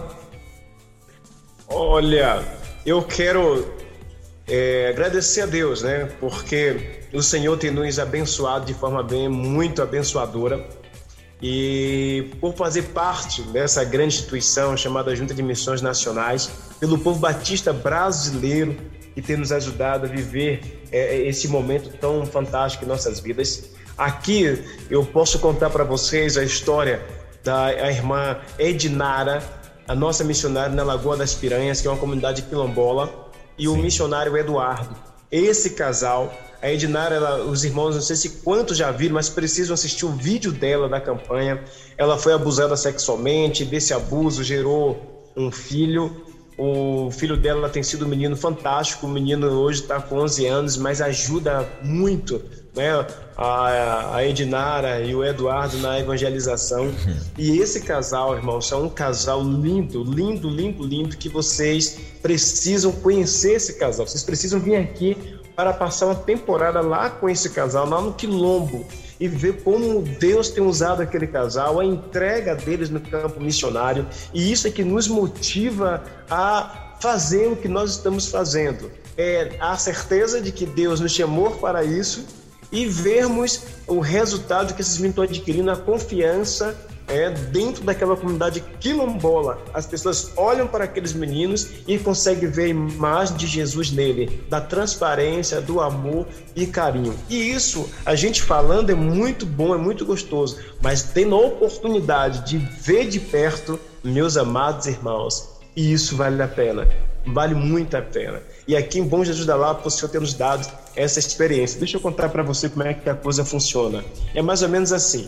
Olha, eu quero agradecer a Deus, né? Porque o Senhor tem nos abençoado de forma muito abençoadora. E por fazer parte dessa grande instituição chamada Junta de Missões Nacionais, pelo povo batista brasileiro que tem nos ajudado a viver esse momento tão fantástico em nossas vidas. Aqui eu posso contar para vocês a história da irmã Edinara, a nossa missionária na Lagoa das Piranhas, que é uma comunidade quilombola, e o missionário Eduardo. Esse casal, a Edinara, os irmãos, não sei se quantos já viram, mas precisam assistir o vídeo dela da campanha. Ela foi abusada sexualmente, desse abuso gerou um filho. O filho dela tem sido um menino fantástico, o menino hoje está com 11 anos, mas ajuda muito, né, a Edinara e o Eduardo na evangelização. E esse casal, irmãos, é um casal lindo, lindo, lindo, lindo, que vocês precisam conhecer esse casal. Vocês precisam vir aqui para passar uma temporada lá com esse casal, lá no Quilombo, e ver como Deus tem usado aquele casal, a entrega deles no campo missionário. E isso é que nos motiva a fazer o que nós estamos fazendo. É a certeza de que Deus nos chamou para isso e vermos o resultado que esses meninos estão adquirindo, a confiança dentro daquela comunidade quilombola. As pessoas olham para aqueles meninos e conseguem ver a imagem de Jesus nele, da transparência, do amor e carinho. E isso, a gente falando, é muito bom, é muito gostoso, mas tendo a oportunidade de ver de perto, meus amados irmãos, isso vale a pena, vale muito a pena. E aqui em Bom Jesus da Lapa, o Senhor tem nos dado essa experiência. Deixa eu contar para você como é que a coisa funciona. É mais ou menos assim.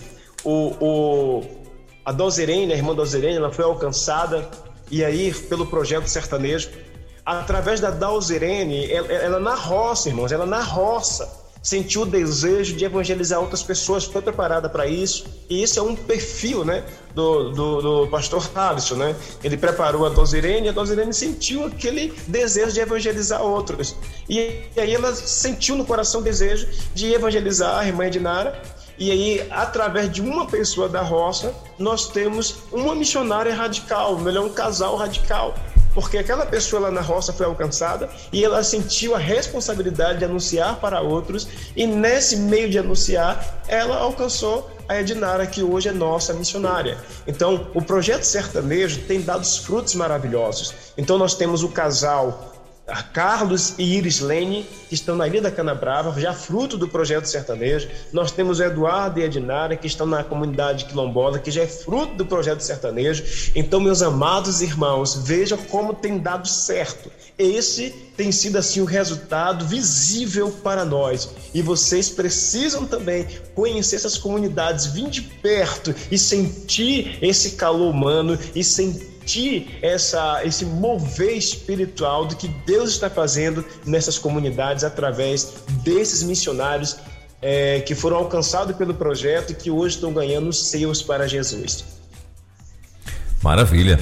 A Dalzirene, a irmã Dalzirene, ela foi alcançada, e aí pelo projeto sertanejo, através da Dalzirene, ela na roça, irmãos, ela na roça sentiu o desejo de evangelizar outras pessoas, foi preparada para isso, e isso é um perfil, né, do pastor Alisson, né? Ele preparou a Dalzirene, e a Dalzirene sentiu aquele desejo de evangelizar outros, e aí ela sentiu no coração o desejo de evangelizar a irmã Edinara. E aí, através de uma pessoa da roça, nós temos uma missionária radical, melhor, um casal radical. Porque aquela pessoa lá na roça foi alcançada e ela sentiu a responsabilidade de anunciar para outros, e nesse meio de anunciar, ela alcançou a Edinara, que hoje é nossa missionária. Então, o projeto sertanejo tem dado frutos maravilhosos. Então, nós temos o casal Carlos e Iris Lene, que estão na Ilha da Canabrava, já fruto do projeto sertanejo. Nós temos o Eduardo e a Edinara, que estão na comunidade quilombola, que já é fruto do projeto sertanejo. Então, meus amados irmãos, vejam como tem dado certo. Esse tem sido assim o resultado visível para nós, e vocês precisam também conhecer essas comunidades, vir de perto e sentir esse calor humano e sentir esse mover espiritual do que Deus está fazendo nessas comunidades através desses missionários que foram alcançados pelo projeto e que hoje estão ganhando os seus para Jesus. Maravilha.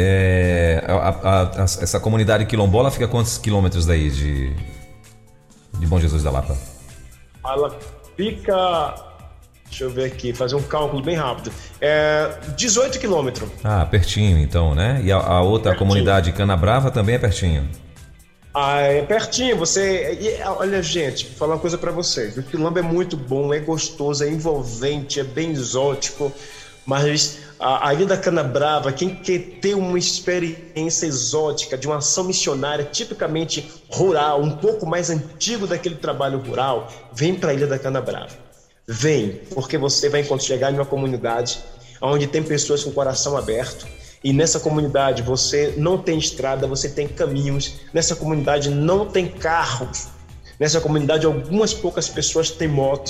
Essa comunidade quilombola fica a quantos quilômetros daí de Bom Jesus da Lapa? Ela fica... Deixa eu ver aqui, fazer um cálculo bem rápido. 18 quilômetros. Ah, pertinho então, né? E a outra pertinho. Comunidade Canabrava também é pertinho? É pertinho. Olha, gente, vou falar uma coisa para vocês. O quilombo é muito bom, é gostoso, é envolvente, é bem exótico. Mas a Ilha da Canabrava, quem quer ter uma experiência exótica de uma ação missionária tipicamente rural, um pouco mais antigo daquele trabalho rural, vem para a Ilha da Canabrava. Vem, porque você vai chegar em uma comunidade onde tem pessoas com o coração aberto, e nessa comunidade você não tem estrada, você tem caminhos, nessa comunidade não tem carros, nessa comunidade algumas poucas pessoas têm moto,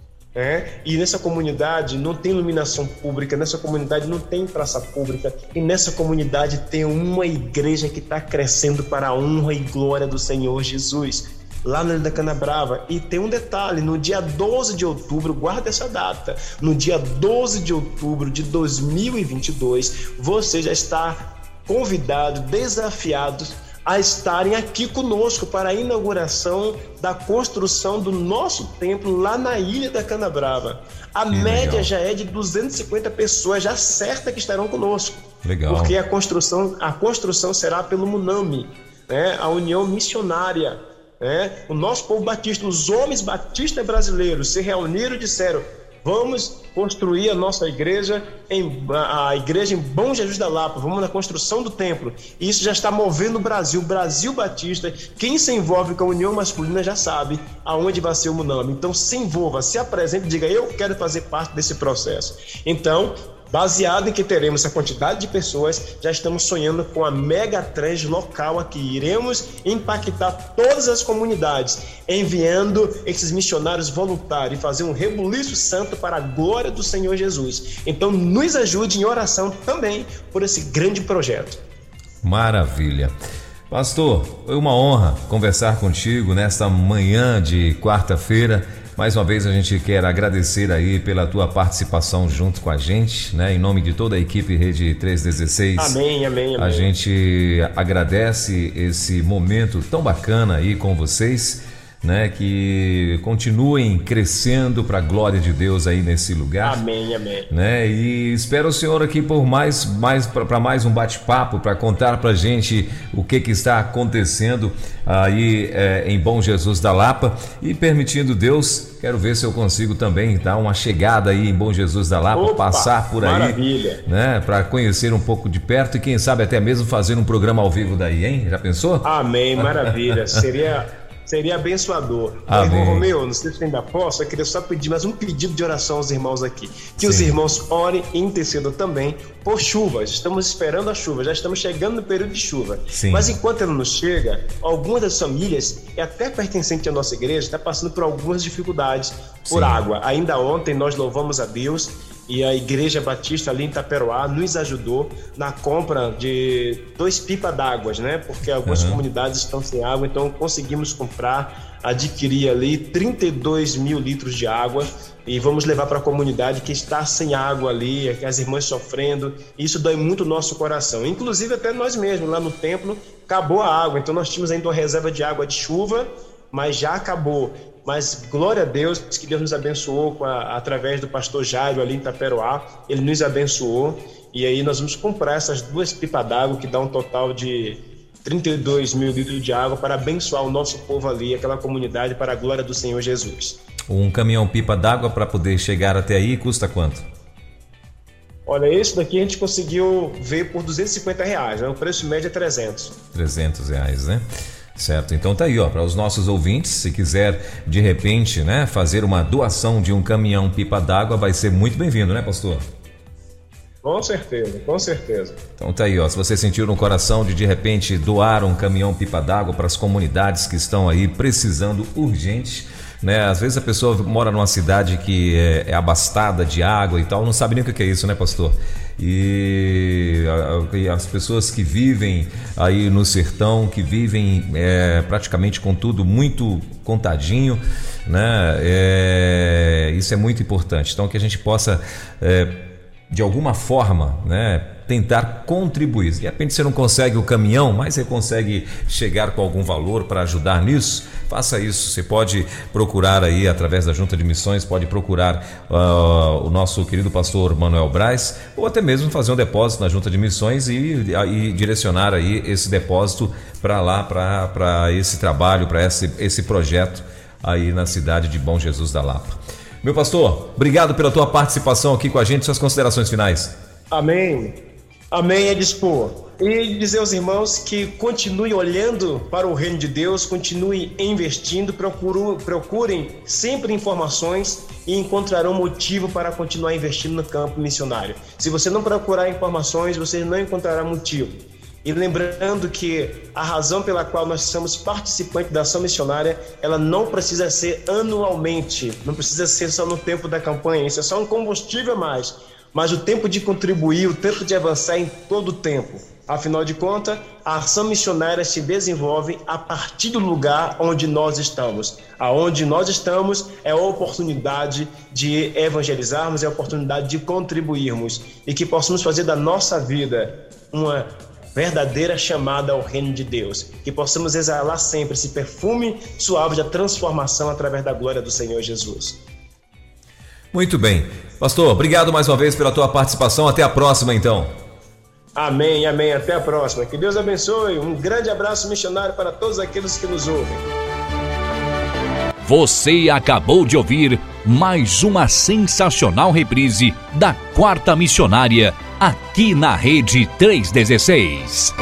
e nessa comunidade não tem iluminação pública, nessa comunidade não tem praça pública, e nessa comunidade tem uma igreja que está crescendo para a honra e glória do Senhor Jesus, lá na Ilha da Canabrava. E tem um detalhe: no dia 12 de outubro, guarda essa data, no dia 12 de outubro de 2022, você já está convidado, desafiado a estarem aqui conosco para a inauguração da construção do nosso templo lá na Ilha da Canabrava. A média já é de 250 pessoas, já certa que estarão conosco. Legal. Porque a construção será pelo MUNAMI, a União Missionária. O nosso povo batista, os homens batistas brasileiros se reuniram e disseram: vamos construir a nossa igreja, a igreja em Bom Jesus da Lapa, vamos na construção do templo. E isso já está movendo o Brasil batista. Quem se envolve com a união masculina já sabe aonde vai ser o MUNAMI. Então se envolva, se apresente, diga: eu quero fazer parte desse processo. Então, baseado em que teremos essa quantidade de pessoas, já estamos sonhando com a mega trans local aqui. Iremos impactar todas as comunidades, enviando esses missionários voluntários e fazer um rebuliço santo para a glória do Senhor Jesus. Então, nos ajude em oração também por esse grande projeto. Maravilha. Pastor, foi uma honra conversar contigo nesta manhã de quarta-feira. Mais uma vez a gente quer agradecer aí pela tua participação junto com a gente, né? Em nome de toda a equipe Rede 316. Amém. A gente agradece esse momento tão bacana aí com vocês, né, que continuem crescendo para a glória de Deus aí nesse lugar. Amém, amém. Né? E espero o senhor aqui por para mais um bate-papo, para contar para a gente o que está acontecendo aí em Bom Jesus da Lapa, e permitindo Deus, quero ver se eu consigo também dar uma chegada aí em Bom Jesus da Lapa. Opa, passar por aí, maravilha, né, para conhecer um pouco de perto e quem sabe até mesmo fazer um programa ao vivo daí, hein? Já pensou? Amém, maravilha. Seria abençoador. Irmão Romeu, não sei se ainda posso, eu queria só pedir mais um pedido de oração aos irmãos aqui. Que os irmãos orem e intercedam também por chuvas. Estamos esperando a chuva, já estamos chegando no período de chuva. Sim. Mas enquanto ela não chega, algumas das famílias, e até pertencente à nossa igreja, está passando por algumas dificuldades por água. Ainda ontem nós louvamos a Deus e a Igreja Batista ali em Itaperoá nos ajudou na compra de 2 pipas d'água, né? Porque algumas comunidades estão sem água, então conseguimos adquirir ali 32 mil litros de água e vamos levar para a comunidade que está sem água ali, as irmãs sofrendo. Isso dói muito o nosso coração. Inclusive até nós mesmos, lá no templo, acabou a água, então nós tínhamos ainda uma reserva de água de chuva, mas já acabou. Mas glória a Deus, que Deus nos abençoou através do pastor Jairo ali em Itaperoá, ele nos abençoou, e aí nós vamos comprar essas 2 pipas d'água, que dá um total de 32 mil litros de água, para abençoar o nosso povo ali, aquela comunidade, para a glória do Senhor Jesus. Um caminhão pipa d'água para poder chegar até aí custa quanto? Olha, esse daqui a gente conseguiu ver por R$250, né? O preço médio é 300. R$300, né? Certo, então tá aí, ó, para os nossos ouvintes, se quiser de repente, né, fazer uma doação de um caminhão pipa d'água, vai ser muito bem-vindo, né, pastor? Com certeza, com certeza. Então tá aí, ó, se você sentiu no coração de repente doar um caminhão pipa d'água para as comunidades que estão aí precisando urgente, né? Às vezes a pessoa mora numa cidade que é abastada de água e tal, não sabe nem o que é isso, né, pastor? E as pessoas que vivem aí no sertão, que vivem praticamente com tudo muito contadinho, né? Isso é muito importante. Então que a gente possa de alguma forma, né, tentar contribuir. De repente você não consegue o caminhão, mas você consegue chegar com algum valor para ajudar nisso, faça isso. Você pode procurar aí através da Junta de Missões, pode procurar o nosso querido pastor Manuel Braz, ou até mesmo fazer um depósito na Junta de Missões e direcionar aí esse depósito para lá, para esse trabalho, para esse projeto aí na cidade de Bom Jesus da Lapa. Meu pastor, obrigado pela tua participação aqui com a gente, suas considerações finais. Amém. Amém, é dispor. E dizer aos irmãos que continuem olhando para o reino de Deus, continuem investindo, procurem sempre informações e encontrarão motivo para continuar investindo no campo missionário. Se você não procurar informações, você não encontrará motivo. E lembrando que a razão pela qual nós somos participantes da ação missionária, ela não precisa ser anualmente, não precisa ser só no tempo da campanha, isso é só um combustível a mais, mas o tempo de contribuir, o tempo de avançar em todo o tempo. Afinal de contas, a ação missionária se desenvolve a partir do lugar onde nós estamos. Aonde nós estamos é a oportunidade de evangelizarmos, é a oportunidade de contribuirmos e que possamos fazer da nossa vida uma verdadeira chamada ao reino de Deus, que possamos exalar sempre esse perfume suave da transformação através da glória do Senhor Jesus. Muito bem. Pastor, obrigado mais uma vez pela tua participação. Até a próxima, então. Amém, amém. Até a próxima. Que Deus abençoe. Um grande abraço missionário para todos aqueles que nos ouvem. Você acabou de ouvir mais uma sensacional reprise da Quarta Missionária, aqui na Rede 316.